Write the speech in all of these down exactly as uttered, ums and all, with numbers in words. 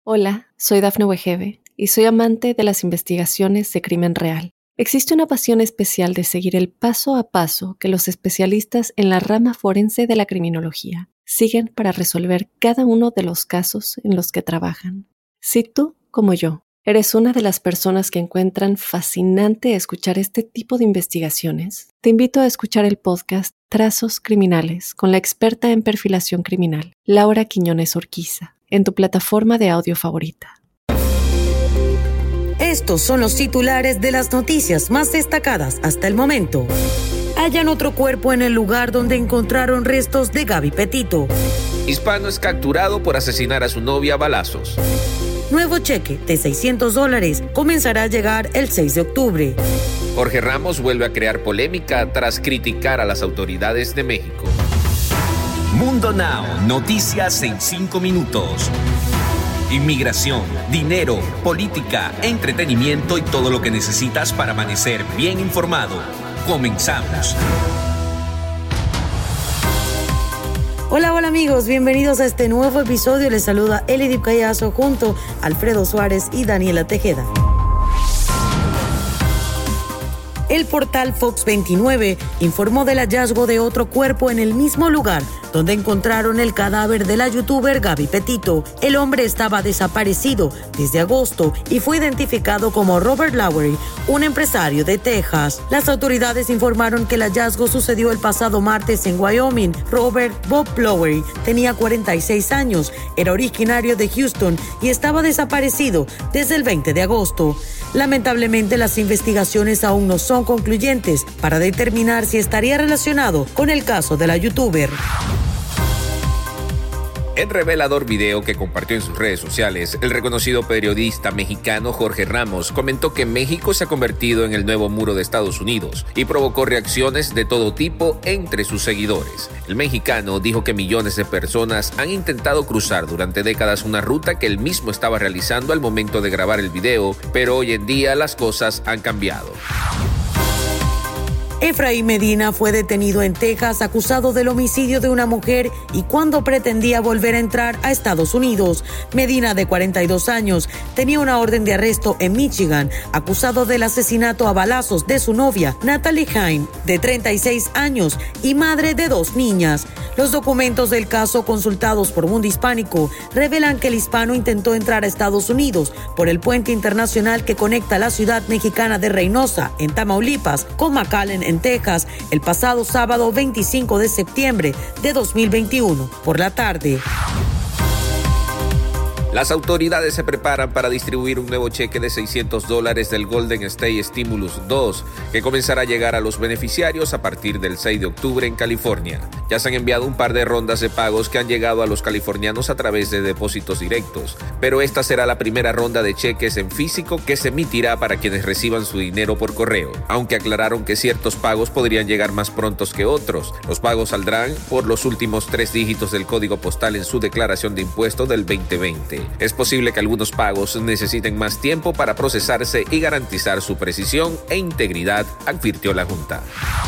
Hola, soy Dafne Wegebe y soy amante de las investigaciones de crimen real. Existe una pasión especial de seguir el paso a paso que los especialistas en la rama forense de la criminología siguen para resolver cada uno de los casos en los que trabajan. Si tú, como yo, eres una de las personas que encuentran fascinante escuchar este tipo de investigaciones, te invito a escuchar el podcast Trazos Criminales con la experta en perfilación criminal, Laura Quiñones Orquiza, en tu plataforma de audio favorita. Estos son los titulares de las noticias más destacadas hasta el momento. Hallan otro cuerpo en el lugar donde encontraron restos de Gabby Petito. Hispano es capturado por asesinar a su novia a balazos. Nuevo cheque de seiscientos dólares comenzará a llegar el seis de octubre. Jorge Ramos vuelve a crear polémica tras criticar a las autoridades de México. Mundo Now, noticias en cinco minutos. Inmigración, dinero, política, entretenimiento y todo lo que necesitas para amanecer bien informado. Comenzamos. Hola, hola amigos, bienvenidos a este nuevo episodio. Les saluda Elidip Callazo junto a Alfredo Suárez y Daniela Tejeda. El portal Fox veintinueve informó del hallazgo de otro cuerpo en el mismo lugar donde encontraron el cadáver de la youtuber Gabby Petito. El hombre estaba desaparecido desde agosto y fue identificado como Robert Lowery, un empresario de Texas. Las autoridades informaron que el hallazgo sucedió el pasado martes en Wyoming. Robert Bob Lowery tenía cuarenta y seis años, era originario de Houston y estaba desaparecido desde el veinte de agosto. Lamentablemente, las investigaciones aún no son concluyentes para determinar si estaría relacionado con el caso de la youtuber. En revelador video que compartió en sus redes sociales, el reconocido periodista mexicano Jorge Ramos comentó que México se ha convertido en el nuevo muro de Estados Unidos y provocó reacciones de todo tipo entre sus seguidores. El mexicano dijo que millones de personas han intentado cruzar durante décadas una ruta que él mismo estaba realizando al momento de grabar el video, pero hoy en día las cosas han cambiado. Efraín Medina fue detenido en Texas acusado del homicidio de una mujer y cuando pretendía volver a entrar a Estados Unidos. Medina, de cuarenta y dos años, tenía una orden de arresto en Michigan, acusado del asesinato a balazos de su novia, Natalie Hine, de treinta y seis años y madre de dos niñas. Los documentos del caso consultados por Mundo Hispánico revelan que el hispano intentó entrar a Estados Unidos por el puente internacional que conecta la ciudad mexicana de Reynosa, en Tamaulipas, con McAllen, en Texas, el pasado sábado veinticinco de septiembre de dos mil veintiuno, por la tarde. Las autoridades se preparan para distribuir un nuevo cheque de seiscientos dólares del Golden State Stimulus dos, que comenzará a llegar a los beneficiarios a partir del seis de octubre en California. Ya se han enviado un par de rondas de pagos que han llegado a los californianos a través de depósitos directos, pero esta será la primera ronda de cheques en físico que se emitirá para quienes reciban su dinero por correo, aunque aclararon que ciertos pagos podrían llegar más prontos que otros. Los pagos saldrán por los últimos tres dígitos del código postal en su declaración de impuesto del veinte veinte. Es posible que algunos pagos necesiten más tiempo para procesarse y garantizar su precisión e integridad, advirtió la Junta.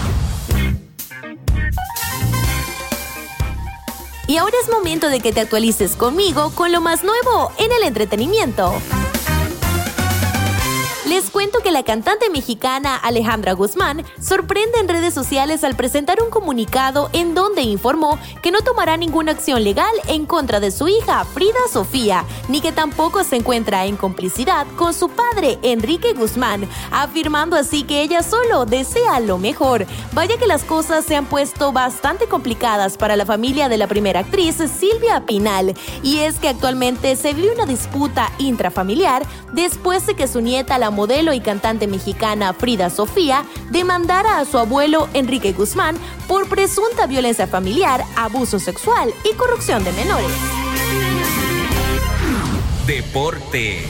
Y ahora es momento de que te actualices conmigo con lo más nuevo en el entretenimiento. Les cuento que la cantante mexicana Alejandra Guzmán sorprende en redes sociales al presentar un comunicado en donde informó que no tomará ninguna acción legal en contra de su hija Frida Sofía, ni que tampoco se encuentra en complicidad con su padre Enrique Guzmán, afirmando así que ella solo desea lo mejor. Vaya que las cosas se han puesto bastante complicadas para la familia de la primera actriz Silvia Pinal, y es que actualmente se vive una disputa intrafamiliar después de que su nieta, la modelo y cantante mexicana Frida Sofía, demandara a su abuelo Enrique Guzmán por presunta violencia familiar, abuso sexual y corrupción de menores. Deportes.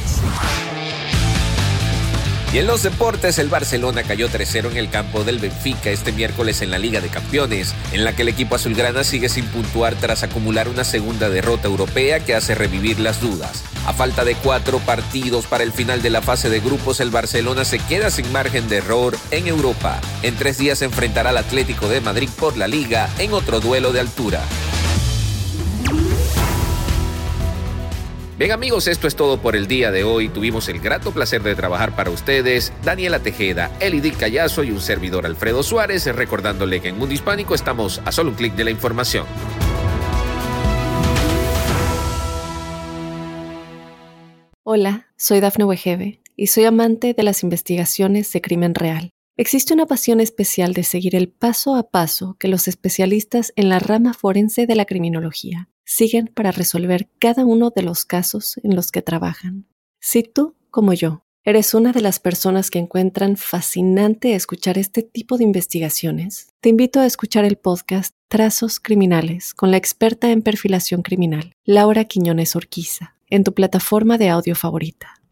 Y en los deportes, el Barcelona cayó tres cero en el campo del Benfica este miércoles en la Liga de Campeones, en la que el equipo azulgrana sigue sin puntuar tras acumular una segunda derrota europea que hace revivir las dudas. A falta de cuatro partidos para el final de la fase de grupos, el Barcelona se queda sin margen de error en Europa. En tres días se enfrentará al Atlético de Madrid por la Liga en otro duelo de altura. Bien amigos, esto es todo por el día de hoy. Tuvimos el grato placer de trabajar para ustedes, Daniela Tejeda, Elidic Callazo y un servidor Alfredo Suárez, recordándole que en Mundo Hispánico estamos a solo un clic de la información. Hola, soy Dafne Wegebe y soy amante de las investigaciones de crimen real. Existe una pasión especial de seguir el paso a paso que los especialistas en la rama forense de la criminología siguen para resolver cada uno de los casos en los que trabajan. Si tú, como yo, eres una de las personas que encuentran fascinante escuchar este tipo de investigaciones, te invito a escuchar el podcast Trazos Criminales con la experta en perfilación criminal, Laura Quiñones Urquiza, en tu plataforma de audio favorita.